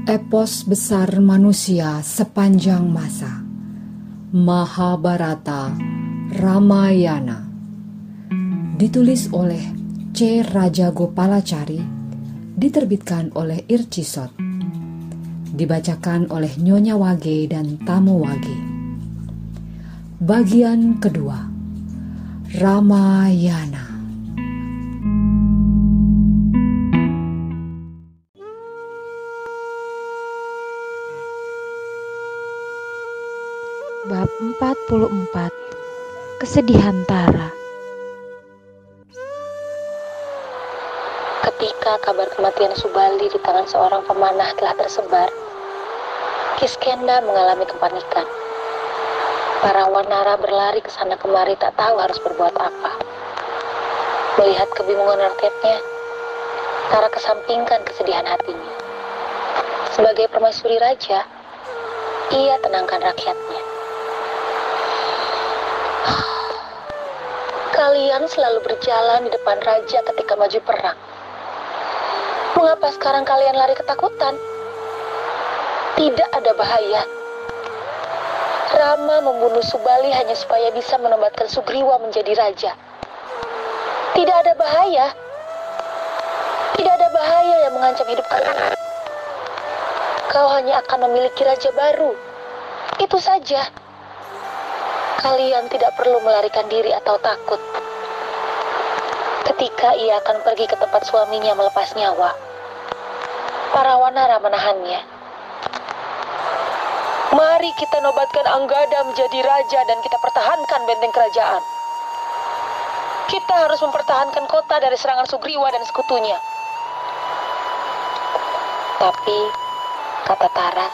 Epos besar manusia sepanjang masa, Mahabharata Ramayana, ditulis oleh C. Rajagopalachari, diterbitkan oleh Ircisot, dibacakan oleh Nyonya Wage dan Tamu Wage. Bagian kedua, Ramayana. Bab 44. Kesedihan Tara. Ketika kabar kematian Subali di tangan seorang pemanah telah tersebar, Kiskenda mengalami kepanikan. Para wanara berlari ke sana kemari tak tahu harus berbuat apa. Melihat kebingungan rakyatnya, Tara kesampingkan kesedihan hatinya. Sebagai permaisuri raja, ia tenangkan rakyatnya. Kalian selalu berjalan di depan raja ketika maju perang. Mengapa sekarang kalian lari ketakutan? Tidak ada bahaya. Rama membunuh Subali hanya supaya bisa menobatkan Sugriwa menjadi raja. Tidak ada bahaya. Tidak ada bahaya yang mengancam hidup kalian. Kau hanya akan memiliki raja baru. Itu saja. Kalian tidak perlu melarikan diri atau takut. Ketika ia akan pergi ke tempat suaminya melepas nyawa, para wanara menahannya. Mari kita nobatkan Anggada menjadi raja dan kita pertahankan benteng kerajaan. Kita harus mempertahankan kota dari serangan Sugriwa dan sekutunya. Tapi, kata Tara,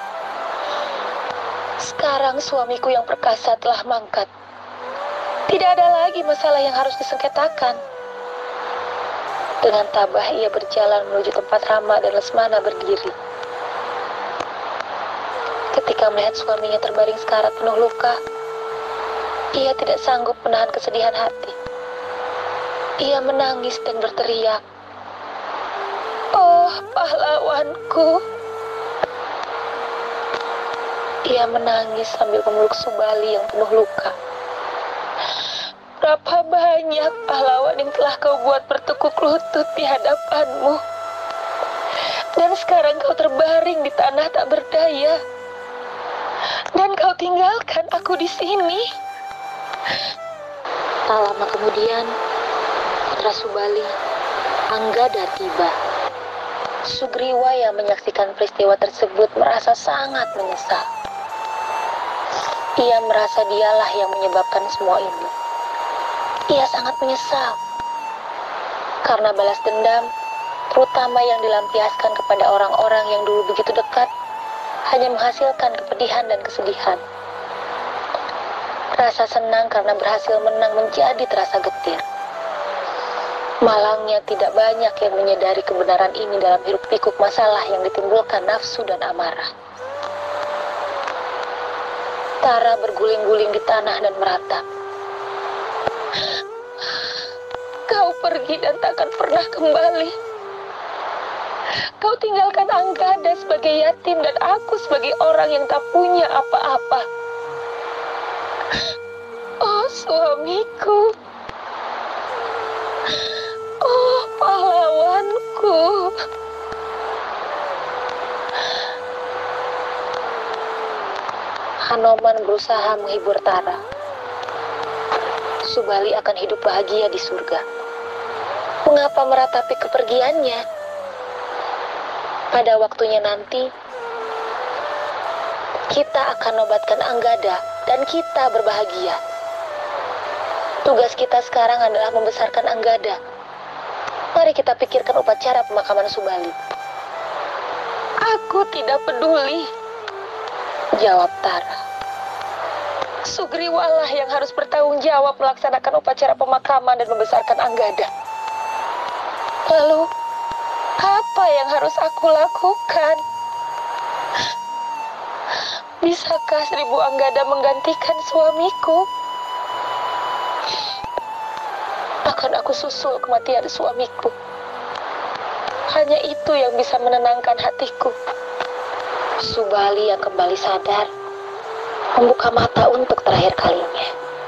sekarang suamiku yang perkasa telah mangkat. Tidak ada lagi masalah yang harus disengketakan. Dengan tabah ia berjalan menuju tempat Rama dan Lesmana berdiri. Ketika melihat suaminya terbaring sekarat penuh luka, ia tidak sanggup menahan kesedihan hati. Ia menangis dan berteriak, "Oh, pahlawanku!" Ia menangis sambil memeluk Subali yang penuh luka. Berapa banyak pahlawan yang telah kau buat bertekuk lutut di hadapanmu. Dan sekarang kau terbaring di tanah tak berdaya. Dan kau tinggalkan aku di sini. Tak lama kemudian, putra Subali, Anggada tiba. Sugriwa yang menyaksikan peristiwa tersebut merasa sangat menyesal. Ia merasa dialah yang menyebabkan semua ini. Ia sangat menyesal. Karena balas dendam, terutama yang dilampiaskan kepada orang-orang yang dulu begitu dekat, hanya menghasilkan kepedihan dan kesedihan. Rasa senang karena berhasil menang menjadi terasa getir. Malangnya tidak banyak yang menyadari kebenaran ini dalam hiruk-pikuk masalah yang ditimbulkan nafsu dan amarah. Tara berguling-guling di tanah dan meratap. Kau pergi dan takkan pernah kembali. Kau tinggalkan Anggada sebagai yatim dan aku sebagai orang yang tak punya apa-apa. Oh, suamiku. Oh, pahlawanku. Hanoman berusaha menghibur Tara. Subali akan hidup bahagia di surga. Mengapa meratapi kepergiannya? Pada waktunya nanti, kita akan nobatkan Anggada dan kita berbahagia. Tugas kita sekarang adalah membesarkan Anggada. Mari kita pikirkan upacara pemakaman Subali. Aku tidak peduli, jawab Tara. Sugriwalah yang harus bertanggung jawab melaksanakan upacara pemakaman dan membesarkan Anggada. Lalu, apa yang harus aku lakukan? Bisakah 1000 Anggada menggantikan suamiku? Akan aku susul kematian suamiku. Hanya itu yang bisa menenangkan hatiku. Subali yang kembali sadar membuka mata untuk terakhir kalinya.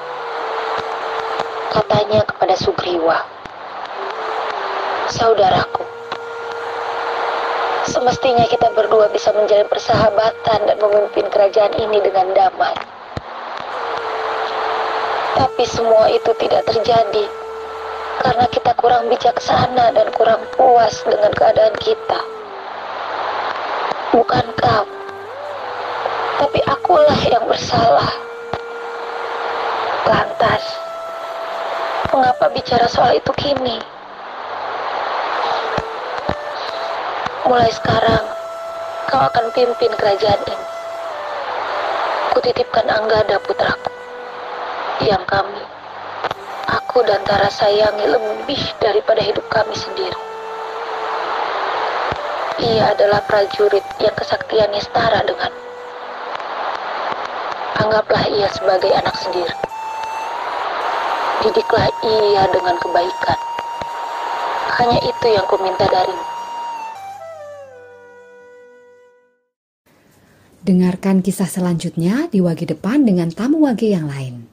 Katanya kepada Sugriwa, "Saudaraku, semestinya kita berdua bisa menjalin persahabatan dan memimpin kerajaan ini dengan damai. Tapi semua itu tidak terjadi karena kita kurang bijaksana dan kurang puas dengan keadaan kita. Bukan kau, tapi akulah yang bersalah. Lantas, mengapa bicara soal itu kini? Mulai sekarang, kau akan pimpin kerajaan ini. Kutitipkan Anggada putraku, yang aku dan Tara sayangi lebih daripada hidup kami sendiri. Ia adalah prajurit yang kesaktiannya setara dengan. Anggaplah ia sebagai anak sendiri. Didiklah ia dengan kebaikan. Hanya itu yang kuminta darimu." Dengarkan kisah selanjutnya di Wage Depan dengan tamu Wage yang lain.